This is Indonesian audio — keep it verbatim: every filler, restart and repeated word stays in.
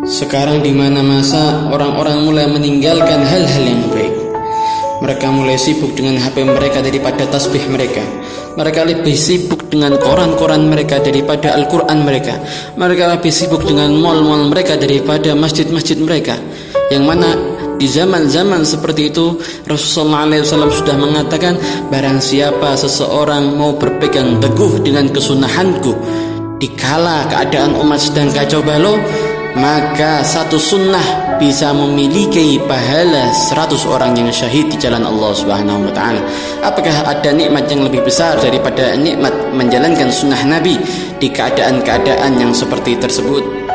Sekarang di mana masa orang-orang mulai meninggalkan hal-hal yang baik. Mereka mulai sibuk dengan H P mereka daripada tasbih mereka. Mereka lebih sibuk dengan koran-koran mereka daripada Al-Quran mereka. Mereka lebih sibuk dengan mal-mal mereka daripada masjid-masjid mereka. Yang mana di zaman-zaman seperti itu Rasulullah shallallahu alaihi wasallam sudah mengatakan, barang siapa seseorang mau berpegang teguh dengan kesunahanku dikala keadaan umat sedang kacau balau, maka satu sunnah bisa memiliki pahala seratus orang yang syahid di jalan Allah Subhanahu wa taala. Apakah ada nikmat yang lebih besar daripada nikmat menjalankan sunnah Nabi di keadaan-keadaan yang seperti tersebut?